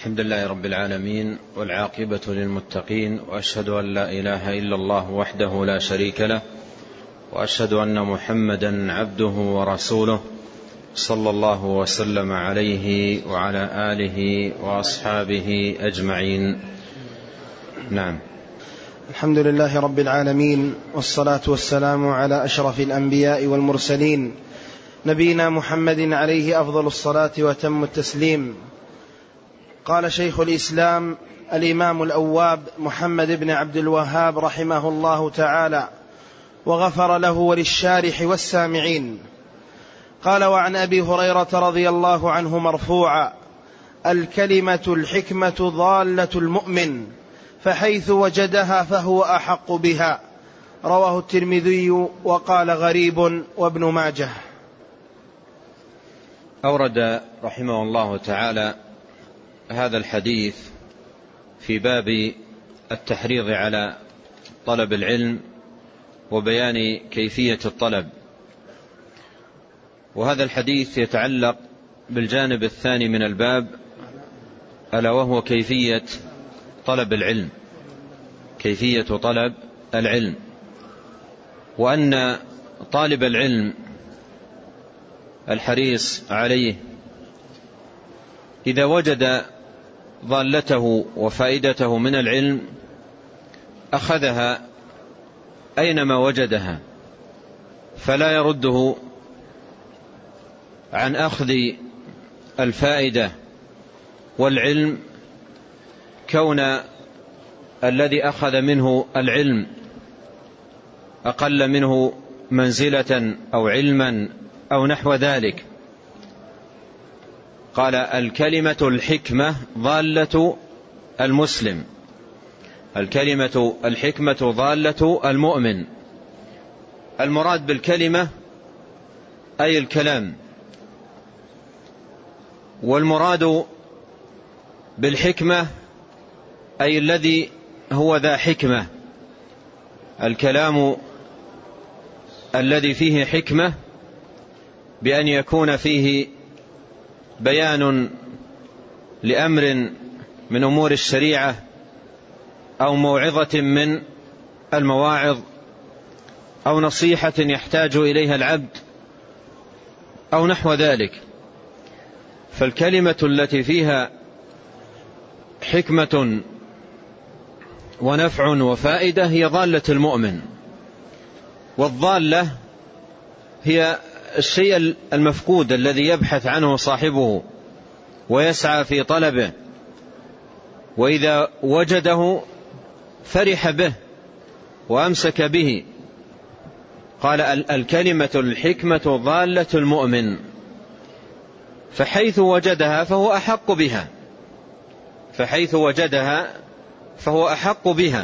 الحمد لله رب العالمين، والعاقبة للمتقين، وأشهد أن لا إله إلا الله وحده لا شريك له، وأشهد أن محمدا عبده ورسوله، صلى الله وسلم عليه وعلى آله وأصحابه أجمعين. نعم. الحمد لله رب العالمين، والصلاة والسلام على أشرف الأنبياء والمرسلين، نبينا محمد عليه أفضل الصلاة وتم التسليم. قال شيخ الإسلام الإمام الأواب محمد بن عبد الوهاب رحمه الله تعالى، وغفر له وللشارح والسامعين. قال: وعن أبي هريرة رضي الله عنه مرفوعا: الكلمة الحكمة ضالة المؤمن، فحيث وجدها فهو أحق بها. رواه الترمذي وقال غريب، وابن ماجه. أورد رحمه الله تعالى هذا الحديث في باب التحريض على طلب العلم وبيان كيفية الطلب، وهذا الحديث يتعلق بالجانب الثاني من الباب، ألا وهو كيفية طلب العلم، كيفية طلب العلم، وأن طالب العلم الحريص عليه إذا وجد ضالته وفائدته من العلم أخذها أينما وجدها، فلا يرده عن أخذ الفائدة والعلم كون الذي أخذ منه العلم أقل منه منزلة أو علما أو نحو ذلك. قال: الكلمة الحكمة ضالة المسلم، الكلمة الحكمة ضالة المؤمن. المراد بالكلمة أي الكلام، والمراد بالحكمة أي الذي هو ذا حكمة، الكلام الذي فيه حكمة، بأن يكون فيه بيان لأمر من أمور الشريعة أو موعظة من المواعظ أو نصيحة يحتاج إليها العبد أو نحو ذلك. فالكلمة التي فيها حكمة ونفع وفائدة هي ضالة المؤمن، والضالة هي الشيء المفقود الذي يبحث عنه صاحبه ويسعى في طلبه، وإذا وجده فرح به وأمسك به. قال: الكلمة الحكمة ضالة المؤمن، فحيث وجدها فهو أحق بها، فحيث وجدها فهو أحق بها،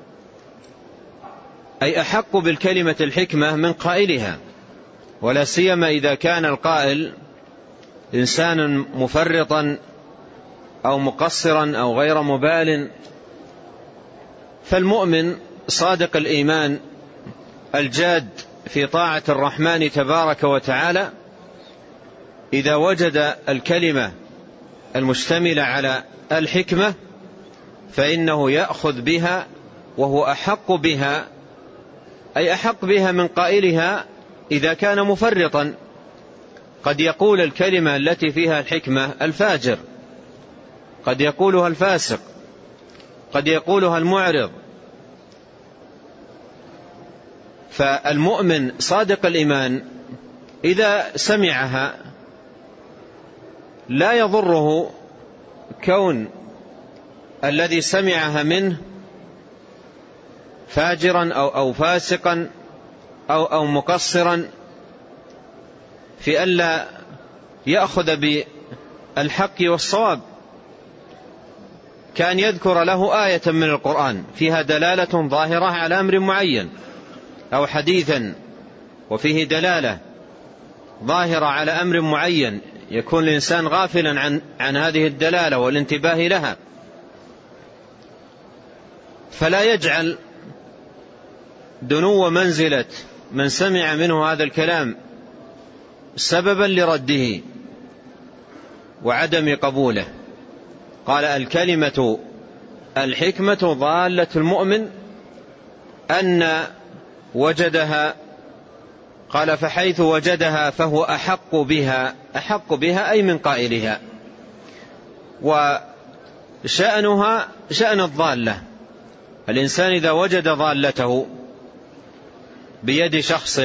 أي أحق بالكلمة الحكمة من قائلها، ولا سيما إذا كان القائل إنسانا مفرطا أو مقصرا أو غير مبال. فالمؤمن صادق الإيمان الجاد في طاعة الرحمن تبارك وتعالى إذا وجد الكلمة المشتملة على الحكمة فإنه يأخذ بها وهو أحق بها، أي أحق بها من قائلها إذا كان مفرطا. قد يقول الكلمة التي فيها الحكمة الفاجر، قد يقولها الفاسق، قد يقولها المعرض. فالمؤمن صادق الإيمان إذا سمعها لا يضره كون الذي سمعها منه فاجرا أو فاسقا أو مقصرا، في ألا يأخذ بالحق والصواب، كان يذكر له آية من القرآن فيها دلالة ظاهرة على أمر معين، أو حديثا وفيه دلالة ظاهرة على أمر معين، يكون الإنسان غافلا عن هذه الدلالة والانتباه لها، فلا يجعل دنو منزلة من سمع منه هذا الكلام سببا لرده وعدم قبوله، قال الكلمة الحكمة ضالة المؤمن أن وجدها، قال فحيث وجدها فهو أحق بها أي من قائلها. وشأنها شأن الضالة، الإنسان إذا وجد ضالته بيد شخص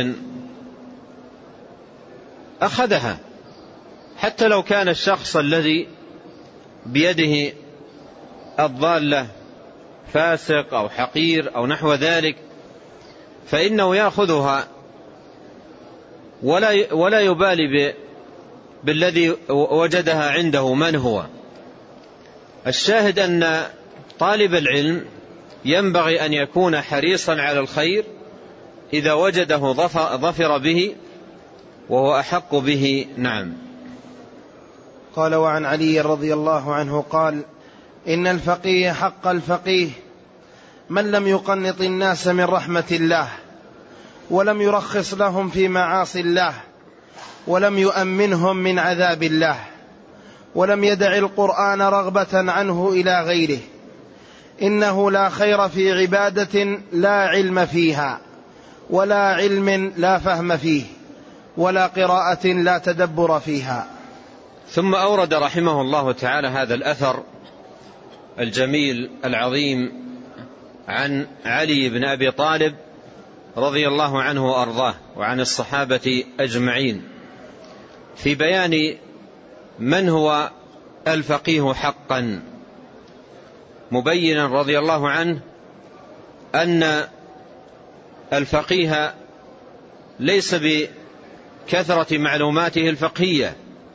أخذها، حتى لو كان الشخص الذي بيده الضالة فاسق أو حقير أو نحو ذلك، فإنه يأخذها ولا يبالي بالذي وجدها عنده من هو. الشاهد أن طالب العلم ينبغي أن يكون حريصا على الخير، إذا وجده ظفر به وهو أحق به. نعم. قال وعن علي رضي الله عنه قال إن الفقيه حق الفقيه من لم يقنط الناس من رحمة الله، ولم يرخص لهم في معاصي الله، ولم يؤمنهم من عذاب الله، ولم يدع القرآن رغبة عنه إلى غيره. إنه لا خير في عبادة لا علم فيها، ولا علم لا فهم فيه، ولا قراءة لا تدبر فيها. ثم أورد رحمه الله تعالى هذا الأثر الجميل العظيم عن علي بن أبي طالب رضي الله عنه وأرضاه وعن الصحابة أجمعين في بيان من هو الفقيه حقا، مبينا رضي الله عنه أن الفقيه ليس بكثرة معلوماته الفقهية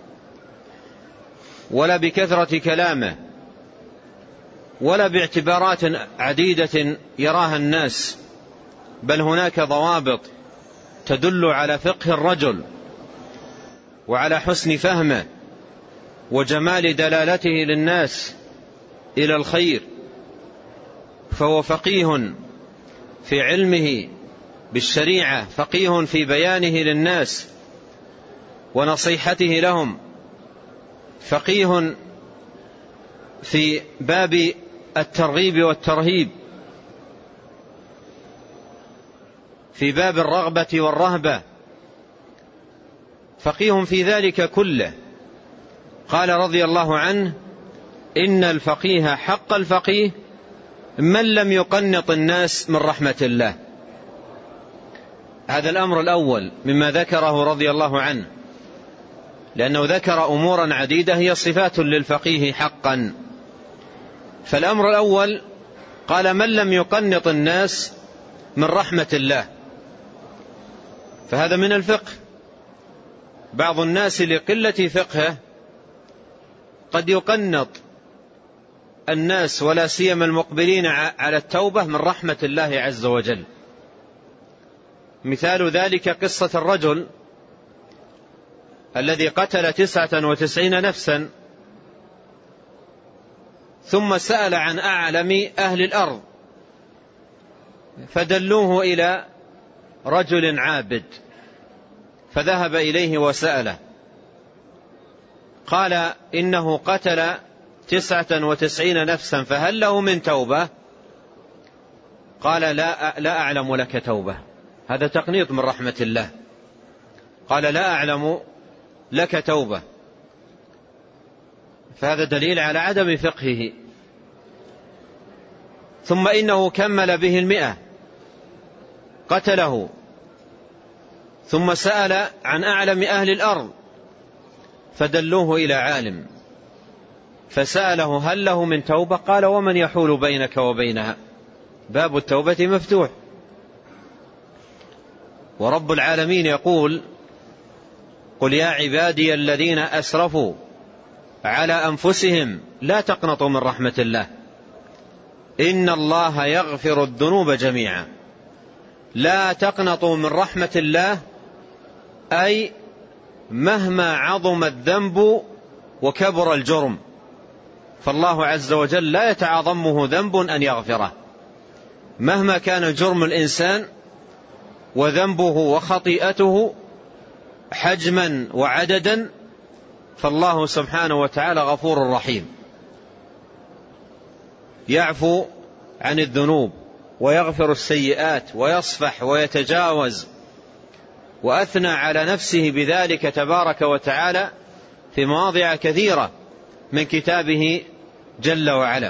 ولا بكثرة كلامه ولا باعتبارات عديدة يراها الناس، بل هناك ضوابط تدل على فقه الرجل وعلى حسن فهمه وجمال دلالته للناس إلى الخير. فهو فقيه في علمه بالشريعة، فقيه في بيانه للناس ونصيحته لهم، فقيه في باب الترغيب والترهيب، في باب الرغبة والرهبة، فقيه في ذلك كله. قال رضي الله عنه إن الفقيه حق الفقيه من لم يقنط الناس من رحمة الله. هذا الأمر الأول مما ذكره رضي الله عنه، لأنه ذكر أمورا عديدة هي صفات للفقيه حقا. فالأمر الأول قال من لم يقنط الناس من رحمة الله، فهذا من الفقه. بعض الناس لقلة فقهه قد يقنط الناس ولا سيما المقبلين على التوبة من رحمة الله عز وجل. مثال ذلك قصة الرجل الذي قتل 99 نفسا ثم سأل عن أعلم أهل الأرض فدلوه إلى رجل عابد، فذهب إليه وسأله، قال إنه قتل 99 نفسا فهل له من توبة؟ قال لا أعلم لك توبة. هذا تقنيط من رحمة الله. قال لا أعلم لك توبة، فهذا دليل على عدم فقهه. ثم إنه كمل به 100 قتله، ثم سأل عن أعلم أهل الأرض فدلوه إلى عالم فسأله هل له من توبة؟ قال ومن يحول بينك وبينها؟ باب التوبة مفتوح. ورب العالمين يقول قل يا عبادي الذين أسرفوا على أنفسهم لا تقنطوا من رحمة الله إن الله يغفر الذنوب جميعا. لا تقنطوا من رحمة الله أي مهما عظم الذنب وكبر الجرم، فالله عز وجل لا يتعاظمه ذنب أن يغفره. مهما كان جرم الإنسان وذنبه وخطيئته حجما وعددا، فالله سبحانه وتعالى غفور رحيم. يعفو عن الذنوب ويغفر السيئات ويصفح ويتجاوز، وأثنى على نفسه بذلك تبارك وتعالى في مواضع كثيرة من كتابه جل وعلا.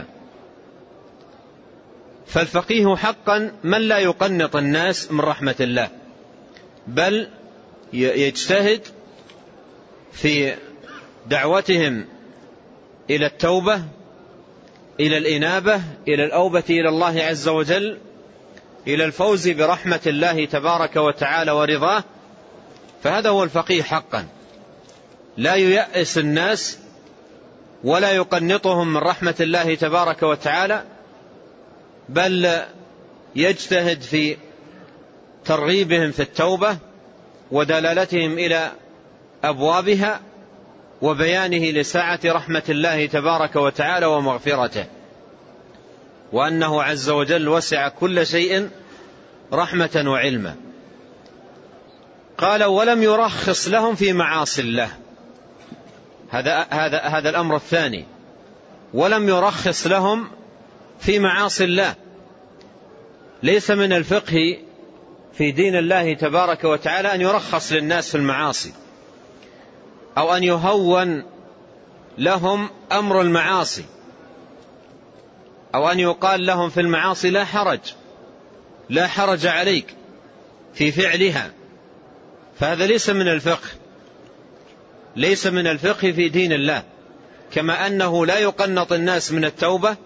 فالفقيه حقا من لا يقنط الناس من رحمة الله، بل يجتهد في دعوتهم إلى التوبة، إلى الإنابة، إلى الأوبة إلى الله عز وجل، إلى الفوز برحمة الله تبارك وتعالى ورضاه. فهذا هو الفقيه حقا، لا ييأس الناس ولا يقنطهم من رحمة الله تبارك وتعالى، بل يجتهد في ترغيبهم في التوبة ودلالتهم إلى أبوابها وبيانه لسعة رحمة الله تبارك وتعالى ومغفرته، وأنه عز وجل وسع كل شيء رحمة وعلما. قال ولم يرخص لهم في معاصي الله، هذا الأمر الثاني، ولم يرخص لهم في معاصي الله. ليس من الفقه في دين الله تبارك وتعالى أن يرخص للناس في المعاصي، أو أن يهون لهم أمر المعاصي، أو أن يقال لهم في المعاصي لا حرج عليك في فعلها. فهذا ليس من الفقه، ليس من الفقه في دين الله. كما أنه لا يقنط الناس من التوبة،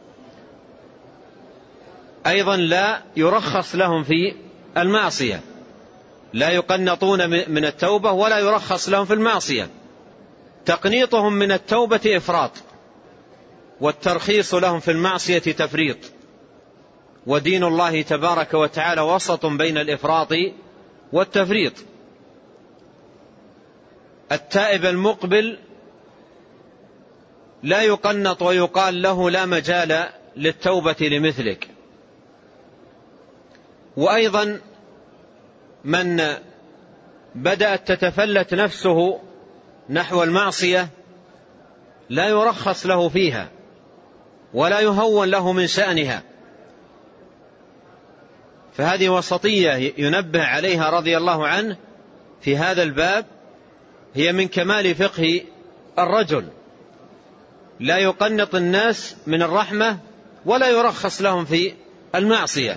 أيضا لا يرخص لهم في المعصية، لا يقنطون من التوبة ولا يرخص لهم في المعصية. تقنيطهم من التوبة إفراط، والترخيص لهم في المعصية تفريط. ودين الله تبارك وتعالى وسط بين الإفراط والتفريط. التائب المقبل لا يقنط ويقال له لا مجال للتوبة لمثلك. وأيضا من بدأت تتفلت نفسه نحو المعصية لا يرخص له فيها ولا يهون له من شأنها. فهذه وسطية ينبه عليها رضي الله عنه في هذا الباب، هي من كمال فقه الرجل. لا يقنط الناس من الرحمة ولا يرخص لهم في المعصية.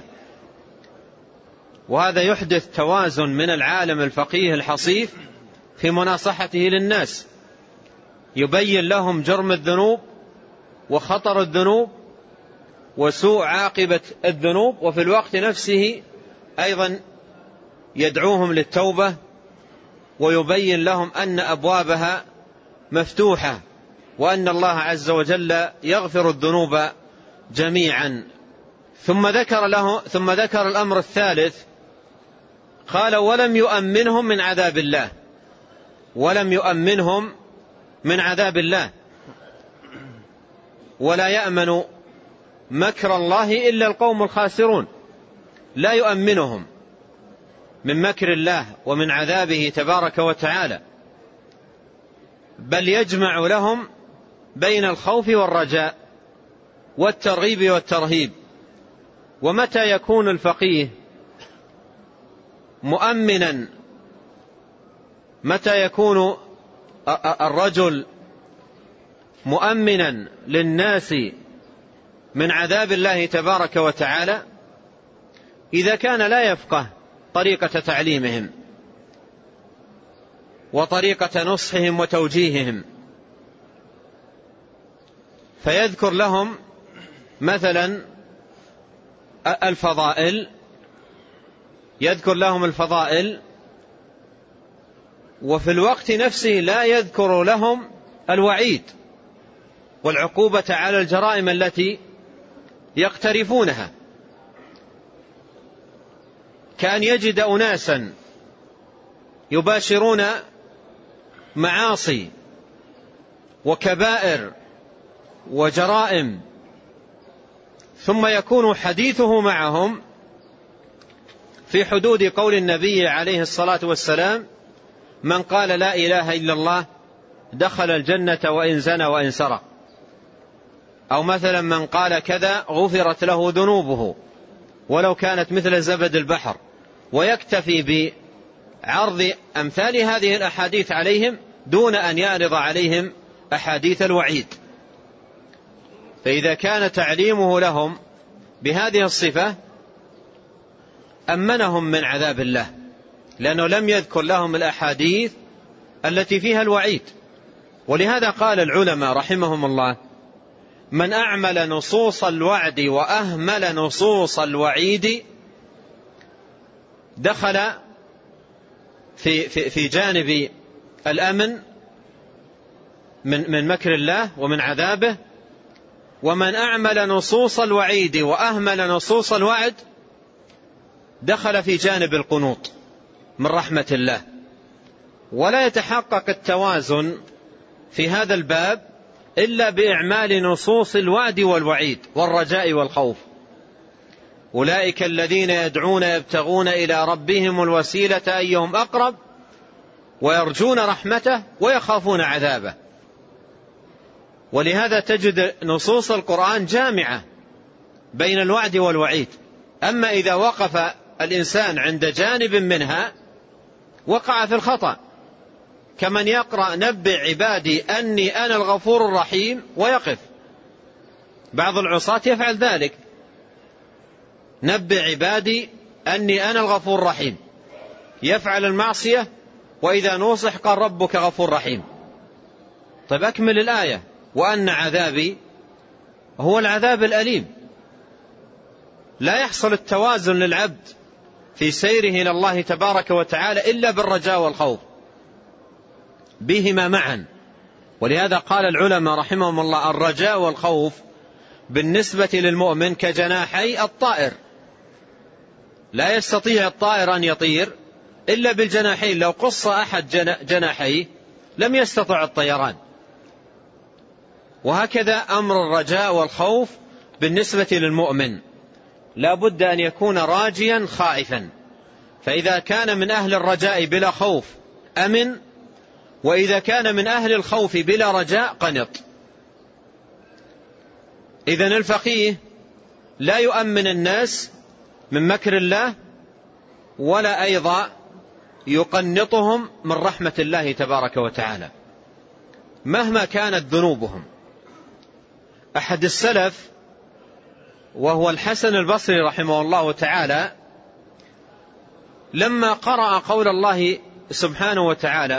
وهذا يحدث توازن من العالم الفقيه الحصيف في مناصحته للناس، يبين لهم جرم الذنوب وخطر الذنوب وسوء عاقبة الذنوب، وفي الوقت نفسه أيضا يدعوهم للتوبة ويبين لهم أن أبوابها مفتوحة، وأن الله عز وجل يغفر الذنوب جميعا. ثم ذكر الأمر الثالث، قال ولم يؤمنهم من عذاب الله. ولم يؤمنهم من عذاب الله، ولا يأمن مكر الله إلا القوم الخاسرون. لا يؤمنهم من مكر الله ومن عذابه تبارك وتعالى، بل يجمع لهم بين الخوف والرجاء والترغيب والترهيب. ومتى يكون الفقيه مؤمنا، متى يكون الرجل مؤمنا للناس من عذاب الله تبارك وتعالى؟ إذا كان لا يفقه طريقة تعليمهم وطريقة نصحهم وتوجيههم، فيذكر لهم مثلا الفضائل، يذكر لهم الفضائل، وفي الوقت نفسه لا يذكر لهم الوعيد والعقوبة على الجرائم التي يقترفونها. كأن يجد أناسا يباشرون معاصي وكبائر وجرائم، ثم يكون حديثه معهم في حدود قول النبي عليه الصلاة والسلام: من قال لا إله إلا الله دخل الجنة وإن زنى وإن سرق. أو مثلا من قال كذا غفرت له ذنوبه ولو كانت مثل زبد البحر، ويكتفي بعرض أمثال هذه الأحاديث عليهم دون أن يعرض عليهم أحاديث الوعيد. فإذا كان تعليمه لهم بهذه الصفة أمنهم من عذاب الله، لأنه لم يذكر لهم الأحاديث التي فيها الوعيد. ولهذا قال العلماء رحمهم الله: من أعمل نصوص الوعد وأهمل نصوص الوعيد دخل في جانب الأمن من مكر الله ومن عذابه، ومن أعمل نصوص الوعيد وأهمل نصوص الوعد دخل في جانب القنوط من رحمة الله. ولا يتحقق التوازن في هذا الباب إلا بإعمال نصوص الوعد والوعيد والرجاء والخوف. أولئك الذين يدعون يبتغون إلى ربهم الوسيلة أيهم أقرب ويرجون رحمته ويخافون عذابه. ولهذا تجد نصوص القرآن جامعة بين الوعد والوعيد. أما إذا وقف الإنسان عند جانب منها وقع في الخطأ، كمن يقرأ نبئ عبادي أني أنا الغفور الرحيم ويقف. بعض العصاة يفعل ذلك: نبئ عبادي أني أنا الغفور الرحيم، يفعل المعصية وإذا نوصح قال ربك غفور رحيم. طيب أكمل الآية: وأن عذابي هو العذاب الأليم. لا يحصل التوازن للعبد في سيره إلى الله تبارك وتعالى إلا بالرجاء والخوف، بهما معا. ولهذا قال العلماء رحمهم الله: الرجاء والخوف بالنسبة للمؤمن كجناحي الطائر، لا يستطيع الطائر أن يطير إلا بالجناحين، لو قص أحد جناحيه لم يستطع الطيران. وهكذا أمر الرجاء والخوف بالنسبة للمؤمن، لا بد أن يكون راجيا خائفا. فإذا كان من أهل الرجاء بلا خوف أمن، وإذا كان من أهل الخوف بلا رجاء قنط. إذن الفقيه لا يؤمن الناس من مكر الله، ولا أيضا يقنطهم من رحمة الله تبارك وتعالى مهما كانت ذنوبهم. أحد السلف وهو الحسن البصري رحمه الله تعالى، لما قرأ قول الله سبحانه وتعالى: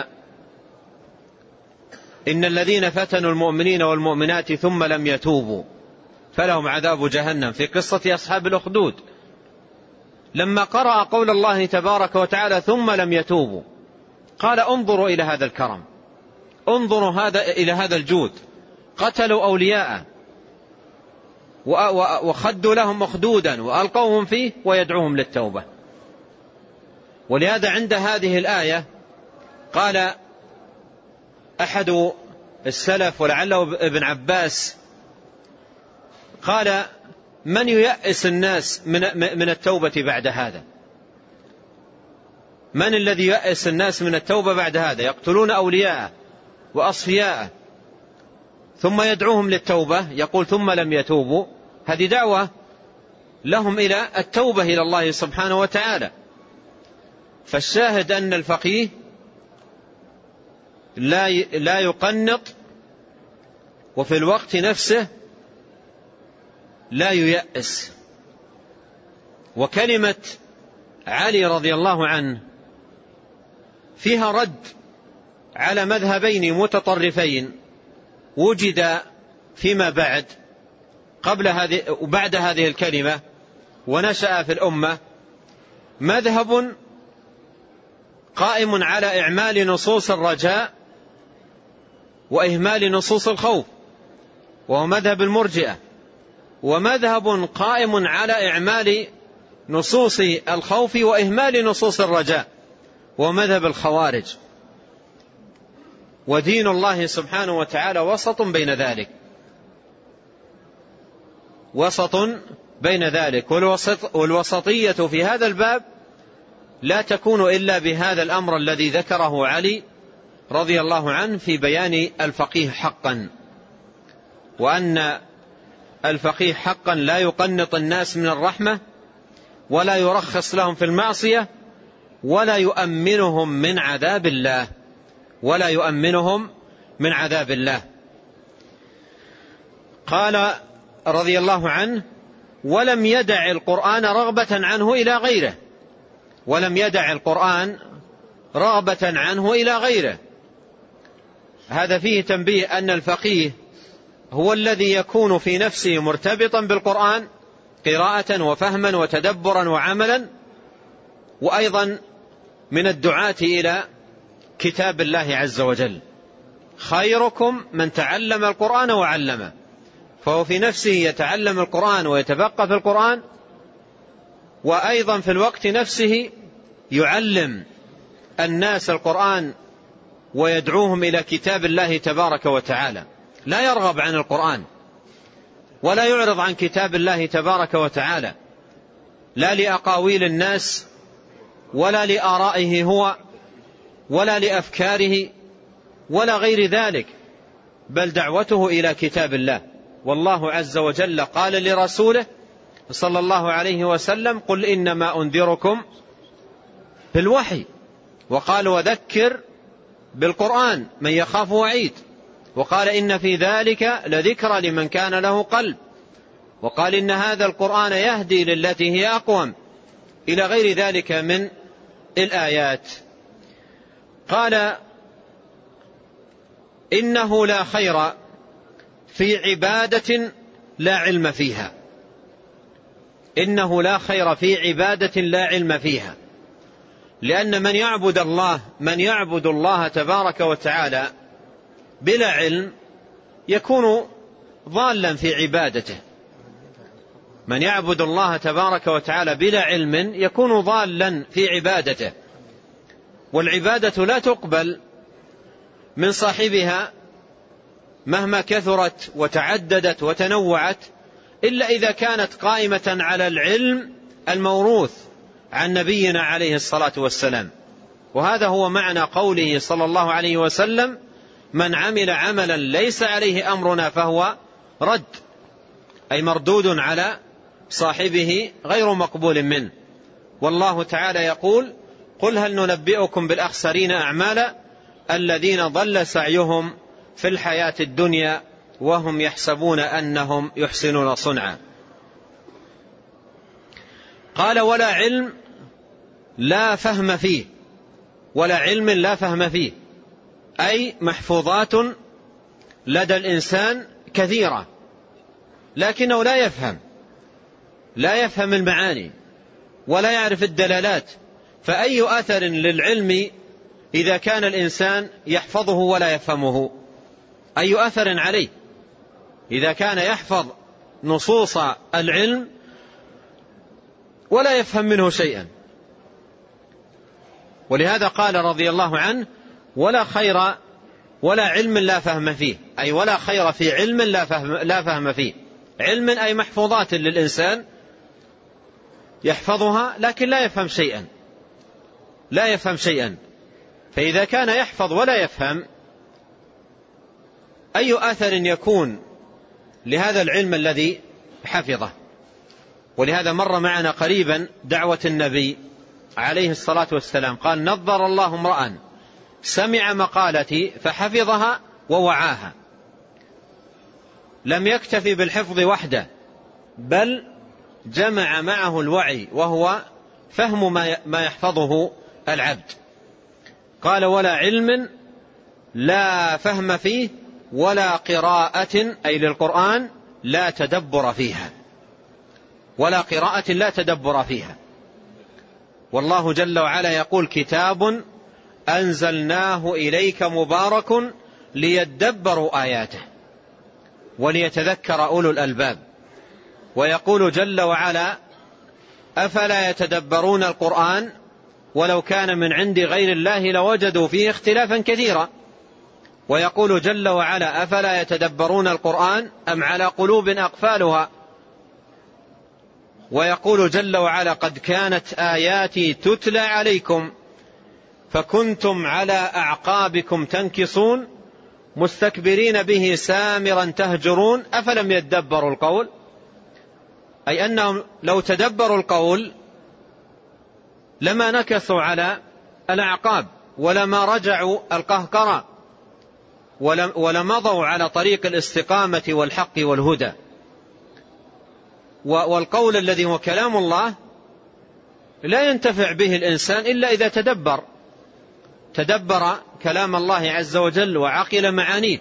إن الذين فتنوا المؤمنين والمؤمنات ثم لم يتوبوا فلهم عذاب جهنم، في قصة أصحاب الأخدود، لما قرأ قول الله تبارك وتعالى ثم لم يتوبوا قال: انظروا إلى هذا الكرم، انظروا إلى هذا الجود، قتلوا أولياء وخدوا لهم مخدودا وألقوهم فيه ويدعوهم للتوبة. ولهذا عند هذه الآية قال أحد السلف ولعله ابن عباس قال: من ييأس الناس من التوبة بعد هذا؟ من الذي ييأس الناس من التوبة بعد هذا؟ يقتلون أولياء وأصفياء ثم يدعوهم للتوبة، يقول ثم لم يتوبوا. هذه دعوة لهم إلى التوبة إلى الله سبحانه وتعالى. فالشاهد أن الفقيه لا يقنط، وفي الوقت نفسه لا ييأس. وكلمة علي رضي الله عنه فيها رد على مذهبين متطرفين وجد فيما بعد قبل هذه وبعد هذه الكلمة ونشأ في الأمة، مذهب قائم على إعمال نصوص الرجاء وإهمال نصوص الخوف، وهو مذهب المرجئة، ومذهب قائم على إعمال نصوص الخوف وإهمال نصوص الرجاء، وهو مذهب الخوارج. ودين الله سبحانه وتعالى وسط بين ذلك، وسط بين ذلك. والوسطية في هذا الباب لا تكون إلا بهذا الأمر الذي ذكره علي رضي الله عنه في بيان الفقيه حقا، وأن الفقيه حقا لا يقنط الناس من الرحمة ولا يرخص لهم في المعصية ولا يؤمنهم من عذاب الله، ولا يؤمنهم من عذاب الله. قال رضي الله عنه: ولم يدع القرآن رغبة عنه إلى غيره، ولم يدع القرآن رغبة عنه إلى غيره. هذا فيه تنبيه أن الفقيه هو الذي يكون في نفسه مرتبطا بالقرآن قراءة وفهما وتدبرا وعملا، وأيضا من الدعاة إلى كتاب الله عز وجل. خيركم من تعلم القرآن وعلمه، فهو في نفسه يتعلم القرآن ويتفقه في القرآن، وأيضا في الوقت نفسه يعلم الناس القرآن ويدعوهم إلى كتاب الله تبارك وتعالى. لا يرغب عن القرآن ولا يعرض عن كتاب الله تبارك وتعالى، لا لأقاويل الناس ولا لآرائه هو ولا لأفكاره ولا غير ذلك، بل دعوته إلى كتاب الله. والله عز وجل قال لرسوله صلى الله عليه وسلم: قل إنما أنذركم بالوحي. وقال: وذكر بالقرآن من يخاف وعيد. وقال: إن في ذلك لذكرى لمن كان له قلب. وقال: إن هذا القرآن يهدي للتي هي أقوم، إلى غير ذلك من الآيات. قال: إنه لا خير في عبادة لا علم فيها. إنه لا خير في عبادة لا علم فيها، لأن من يعبد الله تبارك وتعالى بلا علم يكون ضالا في عبادته. من يعبد الله تبارك وتعالى بلا علم يكون ضالا في عبادته. والعبادة لا تقبل من صاحبها مهما كثرت وتعددت وتنوعت إلا إذا كانت قائمة على العلم الموروث عن نبينا عليه الصلاة والسلام. وهذا هو معنى قوله صلى الله عليه وسلم: من عمل عملا ليس عليه أمرنا فهو رد، أي مردود على صاحبه غير مقبول منه. والله تعالى يقول: قل هل ننبئكم بالأخسرين أعمالا الذين ضل سعيهم في الحياة الدنيا وهم يحسبون أنهم يحسنون صنعا. قال: ولا علم لا فهم فيه، ولا علم لا فهم فيه، أي محفوظات لدى الإنسان كثيرة لكنه لا يفهم المعاني ولا يعرف الدلالات. فأي أثر للعلم إذا كان الإنسان يحفظه ولا يفهمه؟ أي أثر عليه إذا كان يحفظ نصوص العلم ولا يفهم منه شيئا؟ ولهذا قال رضي الله عنه: ولا خير ولا علم لا فهم فيه، أي ولا خير في علم لا فهم فيه. علم أي محفوظات للإنسان يحفظها لكن لا يفهم شيئا. فإذا كان يحفظ ولا يفهم أي أثر يكون لهذا العلم الذي حفظه؟ ولهذا مر معنا قريبا دعوة النبي عليه الصلاة والسلام، قال: نظر الله امرأ سمع مقالتي فحفظها ووعاها. لم يكتفي بالحفظ وحده، بل جمع معه الوعي وهو فهم ما يحفظه العبد. قال: ولا علم لا فهم فيه ولا قراءة، أي للقرآن، لا تدبر فيها، ولا قراءة لا تدبر فيها. والله جل وعلا يقول: كتاب أنزلناه إليك مبارك ليدبروا آياته وليتذكر أولو الألباب. ويقول جل وعلا: أفلا يتدبرون القرآن ولو كان من عند غير الله لوجدوا فيه اختلافا كثيرا. ويقول جل وعلا: أفلا يتدبرون القرآن أم على قلوب أقفالها. ويقول جل وعلا: قد كانت آياتي تتلى عليكم فكنتم على أعقابكم تنكصون مستكبرين به سامرا تهجرون أفلم يدبروا القول، أي أنهم لو تدبروا القول لما نكثوا على الأعقاب ولما رجعوا القهقرة ولمضوا على طريق الاستقامة والحق والهدى. والقول الذي هو كلام الله لا ينتفع به الإنسان إلا إذا تدبر كلام الله عز وجل وعقل معانيه.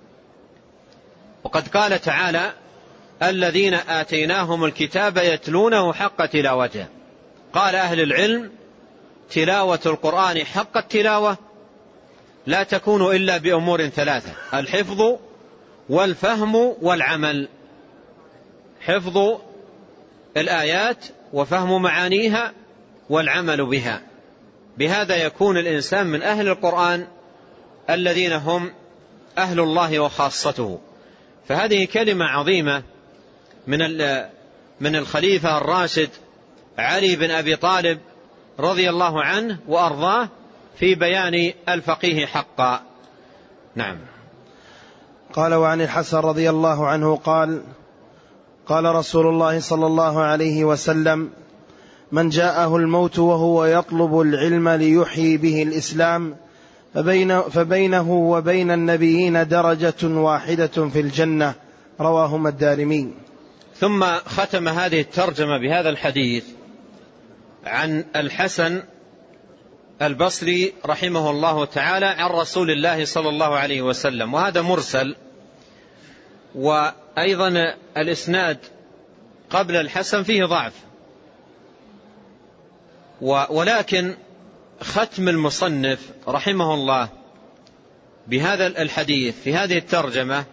وقد قال تعالى: الذين آتيناهم الكتاب يتلونه حق تلاوته. قال أهل العلم: تلاوة القرآن حق التلاوة لا تكون إلا بأمور ثلاثة: الحفظ والفهم والعمل. حفظ الآيات وفهم معانيها والعمل بها، بهذا يكون الإنسان من أهل القرآن الذين هم أهل الله وخاصته. فهذه كلمة عظيمة من الخليفة الراشد علي بن أبي طالب رضي الله عنه وأرضاه في بيان الفقيه حقا. نعم. قال: وعن الحسن رضي الله عنه قال: قال رسول الله صلى الله عليه وسلم: من جاءه الموت وهو يطلب العلم ليحيي به الإسلام فبينه وبين النبيين درجة واحدة في الجنة. رواهما الدارمي. ثم ختم هذه الترجمة بهذا الحديث عن الحسن البصري رحمه الله تعالى عن رسول الله صلى الله عليه وسلم، وهذا مرسل، وأيضا الإسناد قبل الحسن فيه ضعف، ولكن ختم المصنف رحمه الله بهذا الحديث في هذه الترجمة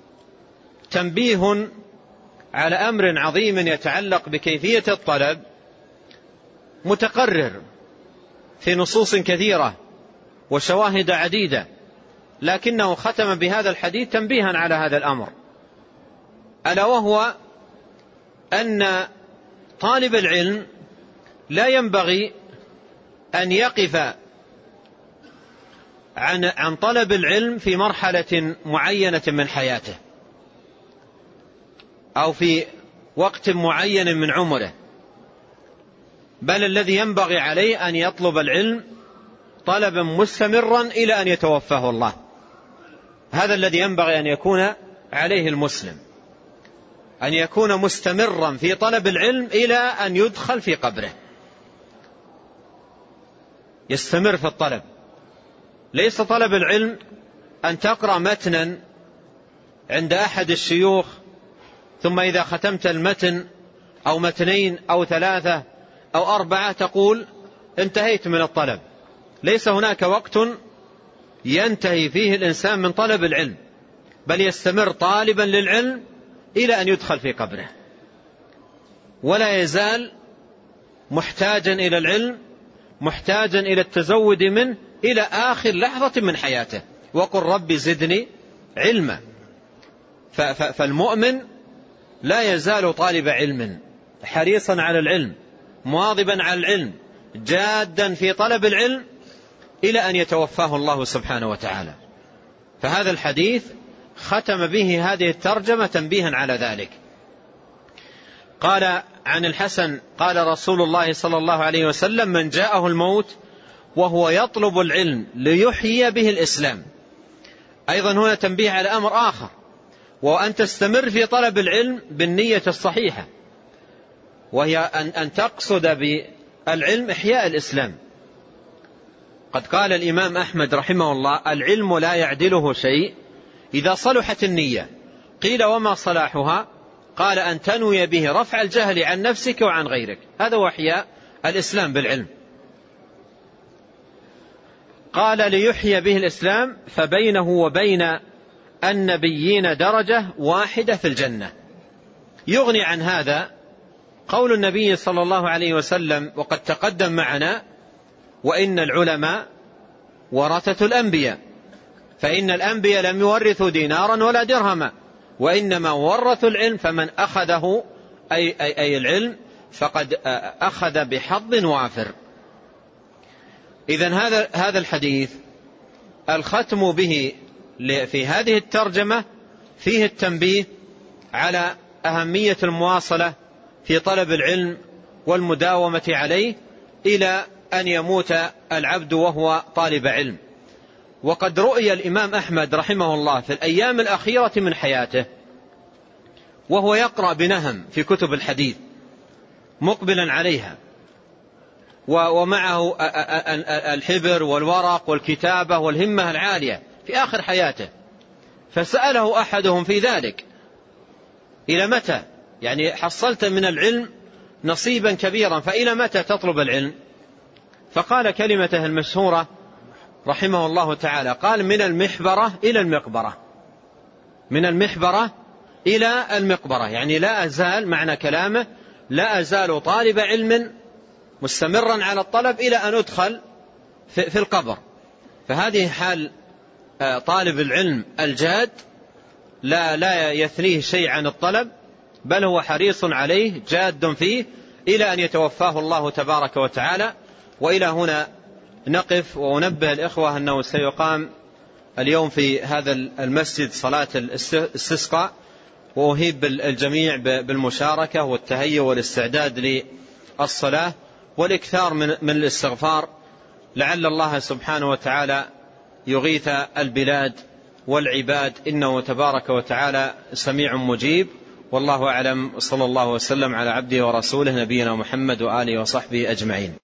تنبيه على أمر عظيم يتعلق بكيفية الطلب، متقرر في نصوص كثيرة وشواهد عديدة، لكنه ختم بهذا الحديث تنبيها على هذا الأمر، ألا وهو أن طالب العلم لا ينبغي أن يقف عن طلب العلم في مرحلة معينة من حياته أو في وقت معين من عمره، بل الذي ينبغي عليه أن يطلب العلم طلبا مستمرا إلى أن يتوفاه الله. هذا الذي ينبغي أن يكون عليه المسلم، أن يكون مستمرا في طلب العلم إلى أن يدخل في قبره، يستمر في الطلب. ليس طلب العلم أن تقرأ متنا عند أحد الشيوخ ثم إذا ختمت المتن أو متنين أو ثلاثة أو أربعة تقول انتهيت من الطلب. ليس هناك وقت ينتهي فيه الإنسان من طلب العلم، بل يستمر طالبا للعلم إلى أن يدخل في قبره، ولا يزال محتاجا إلى العلم، محتاجا إلى التزود منه إلى آخر لحظة من حياته. وقل رب زدني علما. فالمؤمن لا يزال طالب علم، حريصا على العلم، مواظبا على العلم، جادا في طلب العلم إلى أن يتوفاه الله سبحانه وتعالى. فهذا الحديث ختم به هذه الترجمة تنبيها على ذلك. قال عن الحسن قال رسول الله صلى الله عليه وسلم: من جاءه الموت وهو يطلب العلم ليحيي به الإسلام. أيضا هنا تنبيه على أمر آخر، وأن تستمر في طلب العلم بالنية الصحيحة، وهي أن تقصد بالعلم إحياء الإسلام. قد قال الإمام أحمد رحمه الله: العلم لا يعدله شيء إذا صلحت النية. قيل: وما صلاحها؟ قال: أن تنوي به رفع الجهل عن نفسك وعن غيرك. هذا هو إحياء الإسلام بالعلم. قال: ليحيي به الإسلام فبينه وبين النبيين درجة واحدة في الجنة. يغني عن هذا قول النبي صلى الله عليه وسلم، وقد تقدم معنا: وإن العلماء ورثة الأنبياء، فإن الأنبياء لم يورثوا دينارا ولا درهما، وإنما ورثوا العلم، فمن أخذه أي العلم فقد أخذ بحظ وافر. إذن هذا الحديث الختم به في هذه الترجمة فيه التنبيه على أهمية المواصلة في طلب العلم والمداومة عليه إلى أن يموت العبد وهو طالب علم. وقد رؤي الإمام أحمد رحمه الله في الأيام الأخيرة من حياته وهو يقرأ بنهم في كتب الحديث مقبلا عليها، ومعه الحبر والورق والكتابة والهمة العالية في آخر حياته. فسأله أحدهم في ذلك: إلى متى؟ يعني حصلت من العلم نصيبا كبيرا، فإلى متى تطلب العلم؟ فقال كلمته المشهورة رحمه الله تعالى، قال: من المحبرة إلى المقبرة. من المحبرة إلى المقبرة، يعني لا أزال، معنى كلامه لا أزال طالب علم مستمرا على الطلب إلى أن أدخل في القبر. فهذه حال طالب العلم الجاد، لا يثنيه شيء عن الطلب، بل هو حريص عليه جاد فيه إلى أن يتوفاه الله تبارك وتعالى. وإلى هنا نقف، وأنبه الإخوة أنه سيقام اليوم في هذا المسجد صلاة الاستسقاء، وأهيب الجميع بالمشاركة والتهيؤ والاستعداد للصلاة والإكثار من الاستغفار، لعل الله سبحانه وتعالى يغيث البلاد والعباد، إنه تبارك وتعالى سميع مجيب. والله أعلم، صلى الله وسلم على عبده ورسوله نبينا محمد وآله وصحبه أجمعين.